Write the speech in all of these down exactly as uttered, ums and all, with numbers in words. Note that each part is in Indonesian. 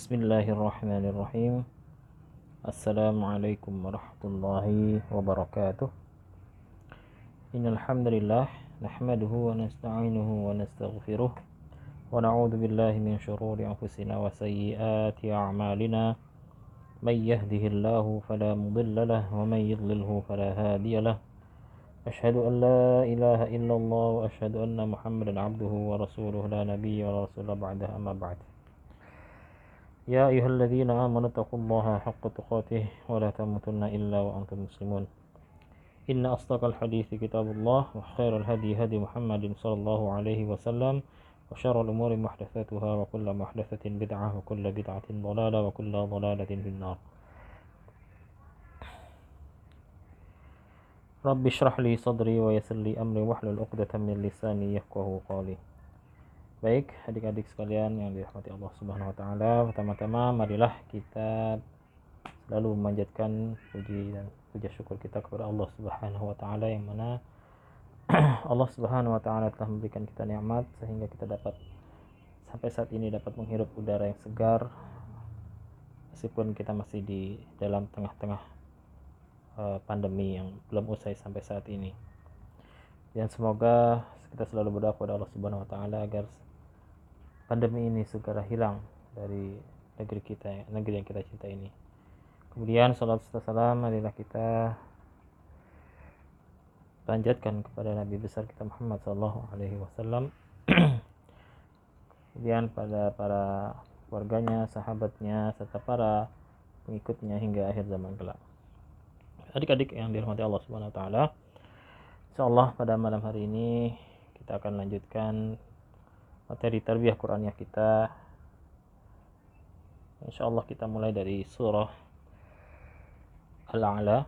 Bismillahirrahmanirrahim. Assalamualaikum warahmatullahi wabarakatuh. Innal hamdalillah nahmaduhu wa nasta'inuhu wa nastaghfiruh wa na'udzu billahi min shururi anfusina wa sayyiati a'malina. May yahdihillahu fala mudilla lahu wa may yudlilhu fala hadiya lahu. Asyhadu an la ilaha illallah wa asyhadu anna Muhammadan 'abduhu wa rasuluhu la nabiyya wa rasula ba'dahu amma ba'd. Ya ayyuhalladzina amanu taqullaha haqqa tuqatih wa la tamutunna illa wa antum muslimun. Inna asdaqal hadithi kitabullah wa khairal hadi hadi Muhammadin sallallahu alaihi wasallam wa syarrul umuri muhdatsatuha wa kullu muhdatsatin bid'ah wa kullu bid'atin dhalalah wa kullu dhalalatin finnar. Rabbi shrah li sadri wa yassir li amri wahlul 'uqdatam min lisani yafqahu qawli. Baik, adik-adik sekalian yang dirahmati Allah Subhanahu wa taala, pertama-tama marilah kita selalu memanjatkan puji dan puja syukur kita kepada Allah Subhanahu wa taala, yang mana Allah Subhanahu wa taala telah memberikan kita nikmat sehingga kita dapat sampai saat ini dapat menghirup udara yang segar meskipun kita masih di dalam tengah-tengah uh, pandemi yang belum usai sampai saat ini. Dan semoga kita selalu berdoa kepada Allah Subhanahu wa taala agar pandemi ini segera hilang dari negeri kita, negeri yang kita cinta ini. Kemudian salat serta salam marilah kita panjatkan kepada Nabi besar kita Muhammad sallallahu alaihi wasallam. Kemudian pada para keluarganya, sahabatnya, serta para pengikutnya hingga akhir zaman kelak. Adik-adik yang dirahmati Allah Subhanahu wa taala, insyaallah pada malam hari ini kita akan lanjutkan materi tarbiyah Qur'aniyah kita. Insyaallah kita mulai dari surah Al-A'la.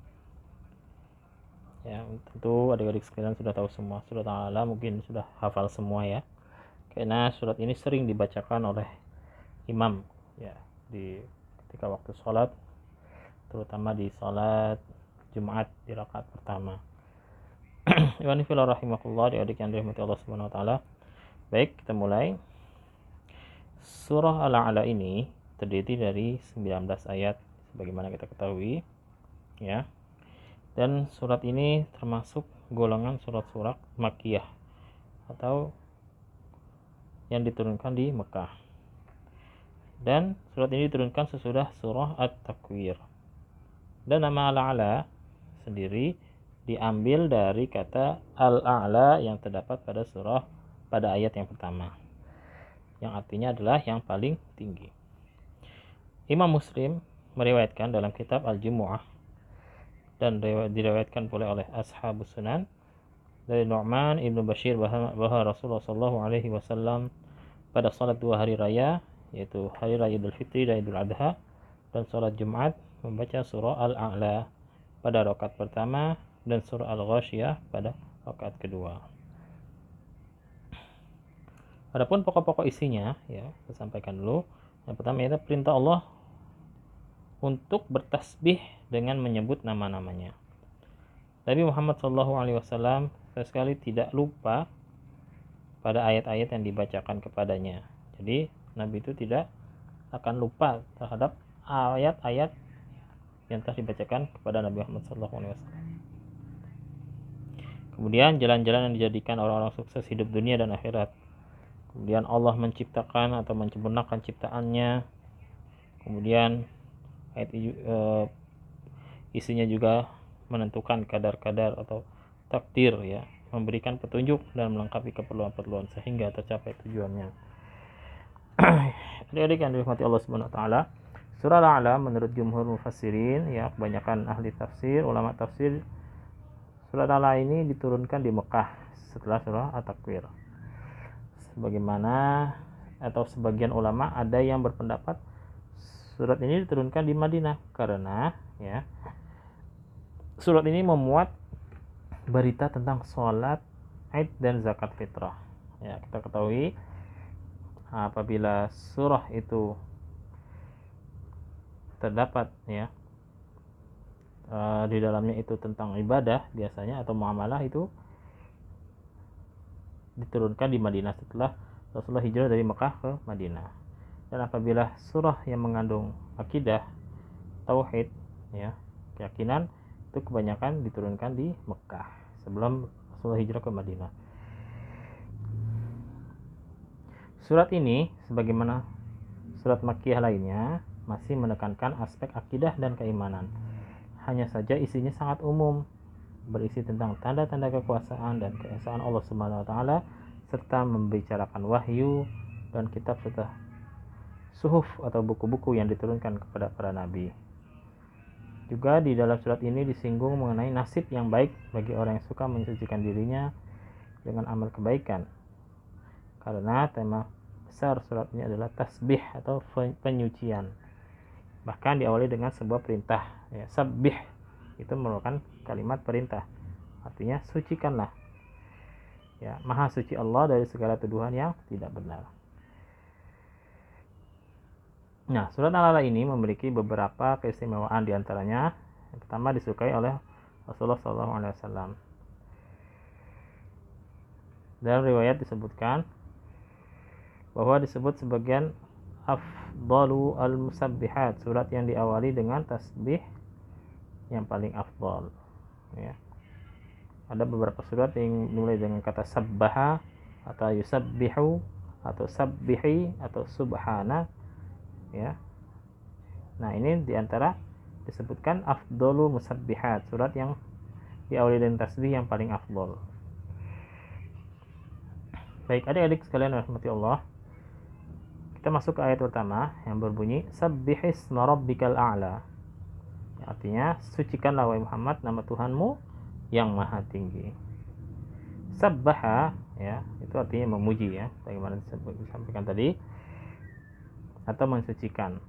Ya, tentu adik-adik sekalian sudah tahu semua surat Al-A'la, mungkin sudah hafal semua ya. Karena surat ini sering dibacakan oleh imam ya di ketika waktu sholat, terutama di sholat Jumat di rakaat pertama. Iwani fillah rahimakumullah, adik-adik yang dirahmati Allah Subhanahu wa taala. Baik, kita mulai. Surah Al-A'la ini terdiri dari sembilan belas ayat sebagaimana kita ketahui ya. Dan surat ini termasuk golongan surat-surat Makkiyah atau yang diturunkan di Mekah. Dan surat ini diturunkan sesudah surah At-Takwir. Dan nama Al-A'la sendiri diambil dari kata Al-A'la yang terdapat pada surah pada ayat yang pertama, yang artinya adalah yang paling tinggi. Imam Muslim meriwayatkan dalam kitab Al-Jumu'ah dan diriwayatkan pula oleh Ashabus Sunan dari Nu'man ibnu Bashir bahwa Rasulullah sallallahu alaihi wasallam pada salat dua hari raya, yaitu hari raya Idul Fitri dan Idul Adha, dan salat Jumat membaca surah Al-A'la pada rakaat pertama dan surah Al-Ghasyiyah pada rakaat kedua. Adapun pokok-pokok isinya ya, saya sampaikan dulu. Yang pertama itu perintah Allah untuk bertasbih dengan menyebut nama-namanya. Nabi Muhammad shallallahu alaihi wasallam sekali tidak lupa pada ayat-ayat yang dibacakan kepadanya. Jadi Nabi itu tidak akan lupa terhadap ayat-ayat yang telah dibacakan kepada Nabi Muhammad shallallahu alaihi wasallam. Kemudian jalan-jalan yang dijadikan orang-orang sukses hidup dunia dan akhirat. Kemudian Allah menciptakan atau menyempurnakan ciptaannya. Kemudian ayat e, isinya juga menentukan kadar-kadar atau takdir ya, memberikan petunjuk dan melengkapi keperluan-keperluan sehingga tercapai tujuannya. Adik-adik yang dirahmati Allah Subhanahu wa taala, surah Al-A'la menurut jumhur mufassirin ya, kebanyakan ahli tafsir, ulama tafsir, surah Al-A'la ini diturunkan di Mekah setelah surah At-Takwir. Sebagaimana atau sebagian ulama ada yang berpendapat surat ini diturunkan di Madinah karena ya surat ini memuat berita tentang sholat Id dan zakat fitrah. Ya, kita ketahui apabila surah itu terdapat ya di dalamnya itu tentang ibadah biasanya atau muamalah, itu diturunkan di Madinah setelah Rasulullah hijrah dari Mekah ke Madinah. Dan apabila surah yang mengandung akidah, tauhid, ya, keyakinan, itu kebanyakan diturunkan di Mekah sebelum Rasulullah hijrah ke Madinah. Surat ini sebagaimana surat Makkiyah lainnya masih menekankan aspek akidah dan keimanan. Hanya saja isinya sangat umum, berisi tentang tanda-tanda kekuasaan dan keesaan Allah Subhanahu wa taala serta membicarakan wahyu dan kitab serta suhuf atau buku-buku yang diturunkan kepada para nabi. Juga di dalam surat ini disinggung mengenai nasib yang baik bagi orang yang suka mensucikan dirinya dengan amal kebaikan. Karena tema besar surat ini adalah tasbih atau penyucian. Bahkan diawali dengan sebuah perintah, ya, sabbih itu merupakan kalimat perintah. Artinya sucikanlah. Ya, maha suci Allah dari segala tuduhan yang tidak benar. Nah, surat Al-A'la ini memiliki beberapa keistimewaan, diantaranya yang pertama disukai oleh Rasulullah shallallahu alaihi wasallam. Dalam riwayat disebutkan bahwa disebut sebagian afdalu al-musabbihat, surat yang diawali dengan tasbih yang paling afdal, ya. Ada beberapa surat yang dimulai dengan kata sabbaha atau yusabbihu atau sabbihi atau subhana, ya. Nah, ini diantara disebutkan afdalul musabbihat, surat yang diawali dengan tasbih yang paling afdal. Baik, adik-adik sekalian rahmati Allah, kita masuk ke ayat pertama yang berbunyi sabbihisma rabbikal a'la. Ya, artinya sucikanlah wahai Muhammad nama Tuhanmu yang maha tinggi. Sabbaha, ya, itu artinya memuji, ya, bagaimana disampaikan tadi, atau mensucikan.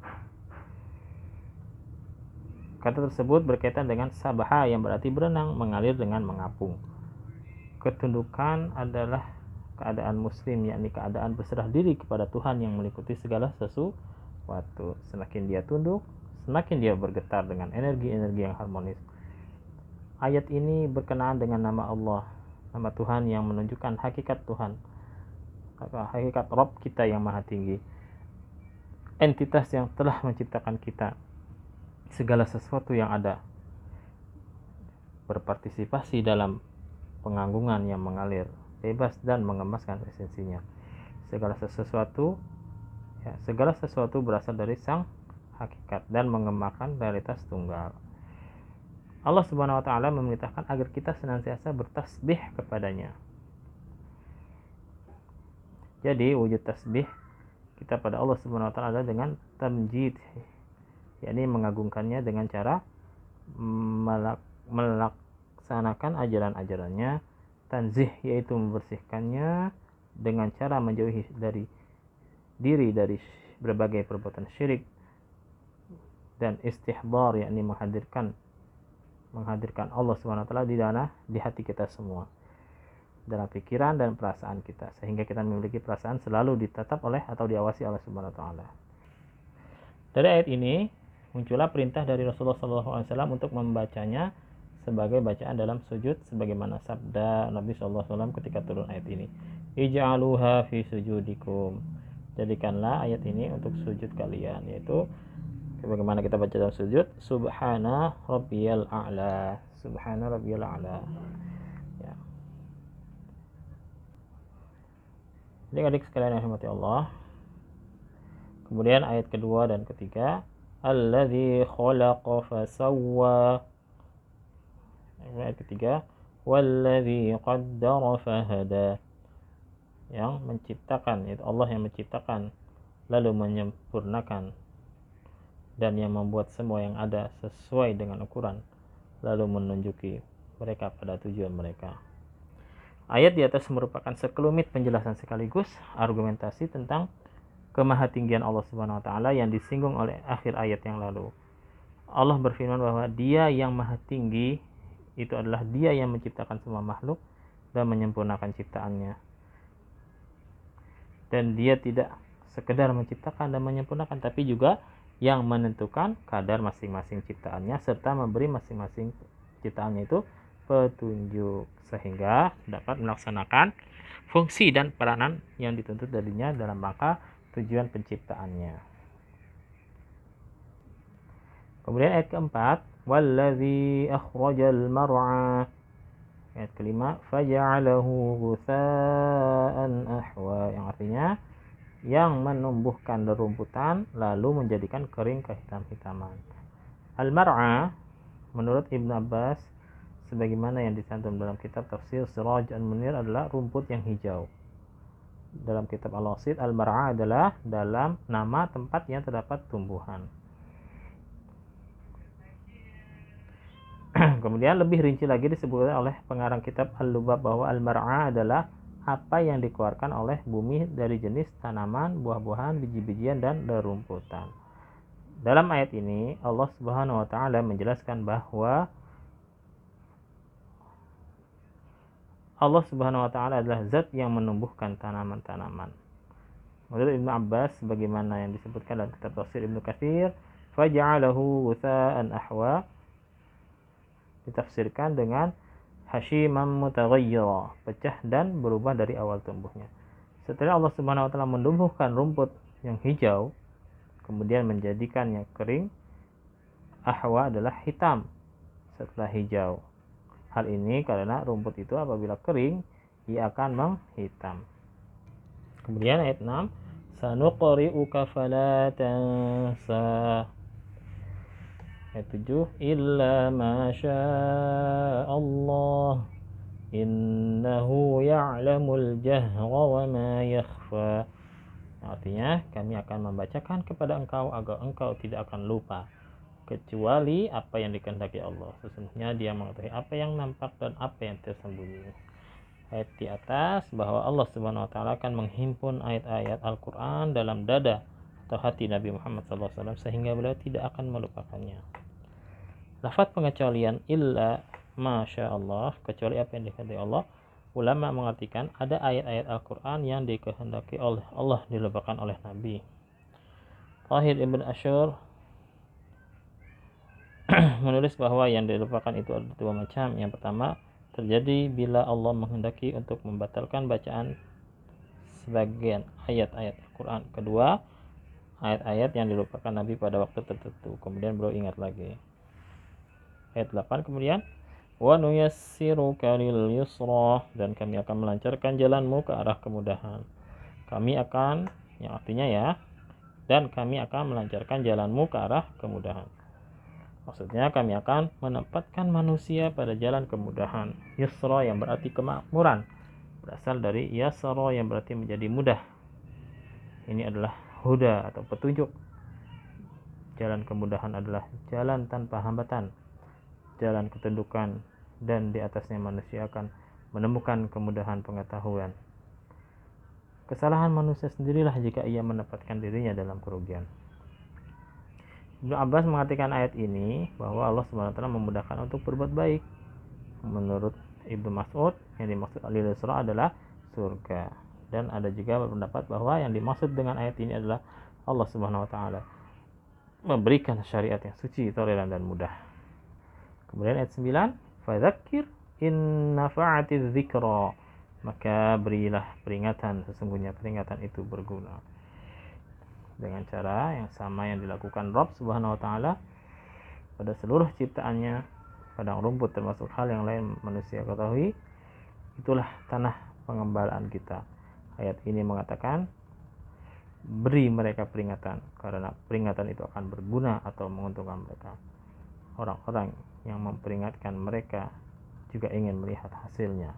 Kata tersebut berkaitan dengan sabaha yang berarti berenang, mengalir dengan mengapung. Ketundukan adalah keadaan muslim, yakni keadaan berserah diri kepada Tuhan yang meliputi segala sesuatu. Semakin dia tunduk, semakin dia bergetar dengan energi-energi yang harmonis. Ayat ini berkenaan dengan nama Allah, nama Tuhan yang menunjukkan hakikat Tuhan, hakikat Rabb kita yang maha tinggi, entitas yang telah menciptakan kita, segala sesuatu yang ada, berpartisipasi dalam penganggungan yang mengalir bebas dan mengemaskan esensinya. Segala sesuatu, ya, segala sesuatu berasal dari sang hakikat dan mengemakan realitas tunggal. Allah Subhanahu wa taala memerintahkan agar kita senantiasa bertasbih kepadanya. Jadi wujud tasbih kita pada Allah Subhanahu wa taala adalah dengan tamjid, yakni mengagungkannya dengan cara melaksanakan ajaran-ajarannya, tanzih yaitu membersihkannya dengan cara menjauhi dari diri dari berbagai perbuatan syirik, dan istihbar yakni menghadirkan menghadirkan Allah Subhanahu wa taala di dalam di hati kita semua, dalam pikiran dan perasaan kita, sehingga kita memiliki perasaan selalu ditatap oleh atau diawasi Allah Subhanahu wa taala. Dari ayat ini muncullah perintah dari Rasulullah shallallahu alaihi wasallam untuk membacanya sebagai bacaan dalam sujud, sebagaimana sabda Nabi shallallahu alaihi wasallam ketika turun ayat ini, ij'aluha fi sujudikum, jadikanlah ayat ini untuk sujud kalian, yaitu bagaimana kita baca dalam sujud, subhana rabbiyal a'la, subhana rabbiyal a'la, ya. Adik-adik sekalian yang dirahmati Allah, kemudian ayat kedua dan ketiga, alladzi khalaqa fasawwa, ayat ketiga, walladzi qaddara fahada, yang menciptakan, itu Allah yang menciptakan lalu menyempurnakan, dan yang membuat semua yang ada sesuai dengan ukuran lalu menunjuki mereka pada tujuan mereka. Ayat di atas merupakan sekelumit penjelasan sekaligus argumentasi tentang kemahatinggian Allah Subhanahu wa taala yang disinggung oleh akhir ayat yang lalu. Allah berfirman bahwa Dia yang maha tinggi itu adalah Dia yang menciptakan semua makhluk dan menyempurnakan ciptaannya. Dan Dia tidak sekedar menciptakan dan menyempurnakan, tapi juga yang menentukan kadar masing-masing ciptaannya serta memberi masing-masing ciptaannya itu petunjuk sehingga dapat melaksanakan fungsi dan peranan yang dituntut darinya dalam rangka tujuan penciptaannya. Kemudian ayat keempat, wallazi akhrajal mar'a. Ayat kelima, faja'alahu ghutsa'an ahwa, yang artinya yang menumbuhkan rerumputan lalu menjadikan kering kehitam-hitaman. Al-mar'a menurut Ibnu Abbas sebagaimana yang dicantum dalam kitab tafsir Siraj Al-Munir adalah rumput yang hijau. Dalam kitab Al-Wasit, Al-mar'a adalah dalam nama tempat yang terdapat tumbuhan. Kemudian lebih rinci lagi disebutkan oleh pengarang kitab Al-Lubab bahwa al-mar'a adalah apa yang dikeluarkan oleh bumi dari jenis tanaman, buah-buahan, biji-bijian, dan rerumputan. Dalam ayat ini Allah Subhanahu wa taala menjelaskan bahwa Allah Subhanahu wa taala adalah zat yang menumbuhkan tanaman-tanaman. Menurut Ibnu Abbas sebagaimana yang disebutkan dalam kitab tafsir Ibnu Katsir, faja'alahu ghutsa'an ahwa ditafsirkan dengan hasyiman mutaghayyira, pecah dan berubah dari awal tumbuhnya. Setelah Allah Subhanahu wa taala menumbuhkan rumput yang hijau kemudian menjadikannya kering, ahwa adalah hitam setelah hijau. Hal ini karena rumput itu apabila kering ia akan menghitam. Kemudian ayat enam, sanuqri'uka fala tansa. Ayat tujuh, illa ma Allah innahu ya'lamul jahra wa ma yakhfa. Artinya kami akan membacakan kepada engkau agar engkau tidak akan lupa kecuali apa yang dikehendaki Allah. Sesungguhnya Dia mengetahui apa yang nampak dan apa yang tersembunyi. Ayat di atas bahwa Allah Subhanahu wa taala akan menghimpun ayat-ayat Al-Qur'an dalam dada atau hati Nabi Muhammad shallallahu alaihi wasallam sehingga beliau tidak akan melupakannya. Lafaz pengecualian illa masya Allah, kecuali apa yang dikehendaki Allah, ulama mengartikan ada ayat-ayat Al-Quran yang dikehendaki oleh Allah dilupakan oleh Nabi. Tahir Ibn Ashur menulis bahwa yang dilupakan itu ada dua macam. Yang pertama terjadi bila Allah menghendaki untuk membatalkan bacaan sebagian ayat-ayat Al-Quran. Kedua, ayat-ayat yang dilupakan Nabi pada waktu tertentu kemudian beliau ingat lagi. Ayat delapan kemudian, wa nuyassiruka lil yusra, dan kami akan melancarkan jalanmu ke arah kemudahan. Kami akan, yang artinya ya, dan kami akan melancarkan jalanmu ke arah kemudahan. Maksudnya kami akan menempatkan manusia pada jalan kemudahan. Yusra yang berarti kemakmuran, berasal dari yasra yang berarti menjadi mudah. Ini adalah huda atau petunjuk. Jalan kemudahan adalah jalan tanpa hambatan, jalan ketundukan, dan di atasnya manusia akan menemukan kemudahan pengetahuan. Kesalahan manusia sendirilah jika ia menempatkan dirinya dalam kerugian. Ibnu Abbas mengartikan ayat ini bahwa Allah Subhanahu wa taala memudahkan untuk berbuat baik. Menurut Ibnu Mas'ud, yang dimaksud al-Isra adalah surga. Dan ada juga berpendapat bahwa yang dimaksud dengan ayat ini adalah Allah Subhanahu wa taala memberikan syariat yang suci, toleran, dan mudah. Kemudian ayat sembilan, fadzakir in nafa'atiz dzikra, maka berilah peringatan, sesungguhnya peringatan itu berguna. Dengan cara yang sama yang dilakukan Rabb Subhanahu wa taala pada seluruh ciptaannya, padang rumput termasuk hal yang lain manusia ketahui, itulah tanah pengembalaan kita. Ayat ini mengatakan beri mereka peringatan karena peringatan itu akan berguna atau menguntungkan mereka. Orang-orang yang memperingatkan mereka juga ingin melihat hasilnya.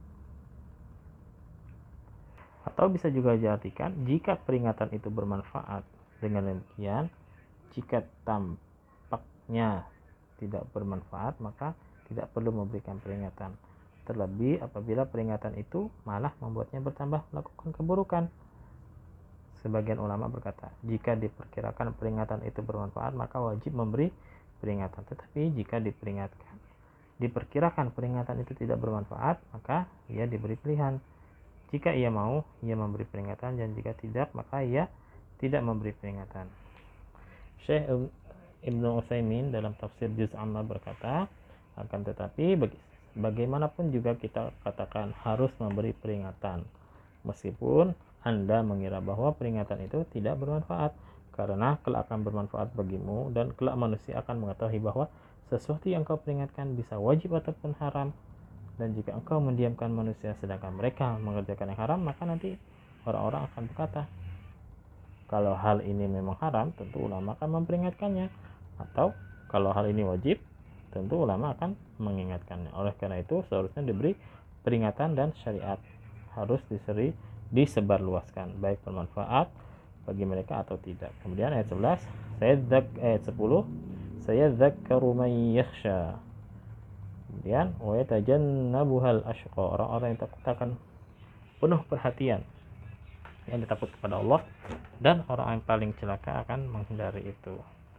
Atau bisa juga diartikan jika peringatan itu bermanfaat. Dengan demikian, jika tampaknya tidak bermanfaat, maka tidak perlu memberikan peringatan. Terlebih apabila peringatan itu malah membuatnya bertambah melakukan keburukan. Sebagian ulama berkata, jika diperkirakan peringatan itu bermanfaat, maka wajib memberi peringatan. Tetapi jika diperingatkan, diperkirakan peringatan itu tidak bermanfaat, maka ia diberi pilihan. Jika ia mau, ia memberi peringatan, dan jika tidak, maka ia tidak memberi peringatan. Syekh Ibnu Utsaimin dalam tafsir Juz' Amma berkata, akan tetapi bagaimanapun juga kita katakan harus memberi peringatan, meskipun Anda mengira bahwa peringatan itu tidak bermanfaat, karena kelak akan bermanfaat bagimu, dan kelak manusia akan mengetahui bahwa sesuatu yang kau peringatkan bisa wajib ataupun haram. Dan jika engkau mendiamkan manusia sedangkan mereka mengerjakan yang haram, maka nanti orang-orang akan berkata, kalau hal ini memang haram, tentu ulama akan memperingatkannya. Atau kalau hal ini wajib, tentu ulama akan mengingatkannya. Oleh karena itu seharusnya diberi peringatan dan syariat harus diseri, disebarluaskan, baik bermanfaat bagi mereka atau tidak. Kemudian ayat sebelas, sayadzak ayat sepuluh, sayadzakkaru man yakhsha. Kemudian wa yatajannabuhal ashqa, orang-orang yang takut akan penuh perhatian, yang takut kepada Allah, dan orang yang paling celaka akan menghindari itu.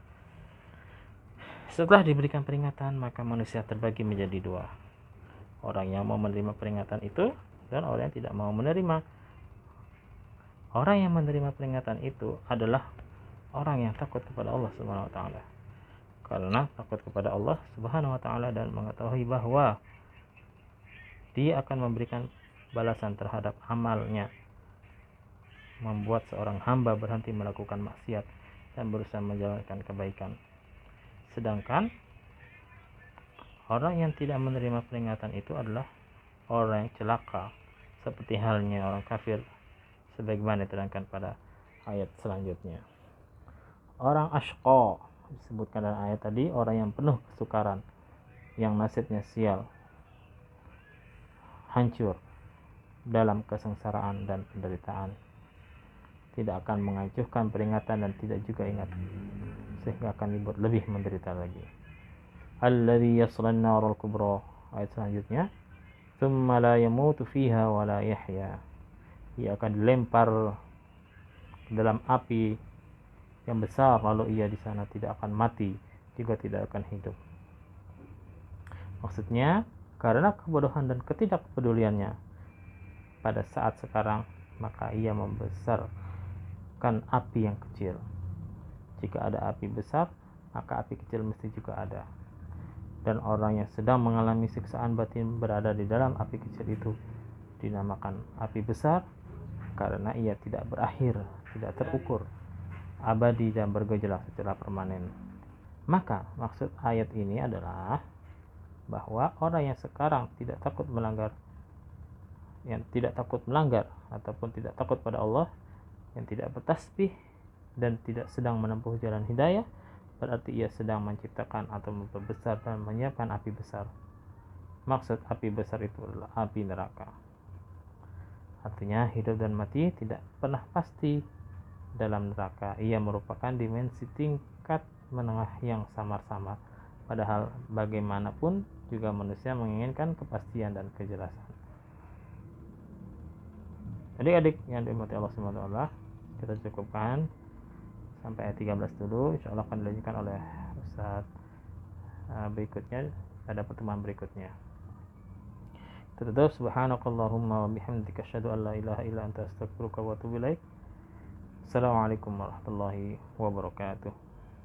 Setelah diberikan peringatan, maka manusia terbagi menjadi dua, orang yang mau menerima peringatan itu dan orang yang tidak mau menerima. Orang yang menerima peringatan itu adalah orang yang takut kepada Allah Subhanahu wa taala. Karena takut kepada Allah Subhanahu wa taala dan mengetahui bahwa dia akan memberikan balasan terhadap amalnya, membuat seorang hamba berhenti melakukan maksiat dan berusaha menjalankan kebaikan. Sedangkan orang yang tidak menerima peringatan itu adalah orang yang celaka, seperti halnya orang kafir, sebagaimana diterangkan pada ayat selanjutnya. Orang ashqa disebutkan dalam ayat tadi, orang yang penuh kesukaran, yang nasibnya sial, hancur dalam kesengsaraan dan penderitaan, tidak akan mengacuhkan peringatan dan tidak juga ingat, sehingga akan dibuat lebih menderita lagi. Alladzi yaslan narul kubra, ayat selanjutnya, tsumma la yamutu fiha wa la yahya, ia akan dilempar ke dalam api yang besar, lalu ia di sana tidak akan mati, juga tidak akan hidup. Maksudnya, karena kebodohan dan ketidakpeduliannya pada saat sekarang, maka ia membesarkan api yang kecil. Jika ada api besar, maka api kecil mesti juga ada. Dan orang yang sedang mengalami siksaan batin berada di dalam api kecil itu dinamakan api besar, karena ia tidak berakhir, tidak terukur, abadi dan bergejolak secara permanen. Maka maksud ayat ini adalah bahwa orang yang sekarang tidak takut melanggar, yang tidak takut melanggar ataupun tidak takut pada Allah, yang tidak bertasbih dan tidak sedang menempuh jalan hidayah, berarti ia sedang menciptakan atau memperbesar dan menyiapkan api besar. Maksud api besar itu adalah api neraka. Artinya hidup dan mati tidak pernah pasti dalam neraka. Ia merupakan dimensi tingkat menengah yang samar-samar. Padahal bagaimanapun juga manusia menginginkan kepastian dan kejelasan. Adik-adik yang dirahmati Allah subhanahu wa taala, kita cukupkan sampai ayat tiga belas dulu. Insyaallah akan dilanjutkan oleh Ustaz berikutnya pada pertemuan berikutnya. Tutup, subhanakallahumma wa bihamdika asyhadu an la ilaha illa anta astaghfiruka wa atubu ilaik. Assalamualaikum warahmatullahi wabarakatuh.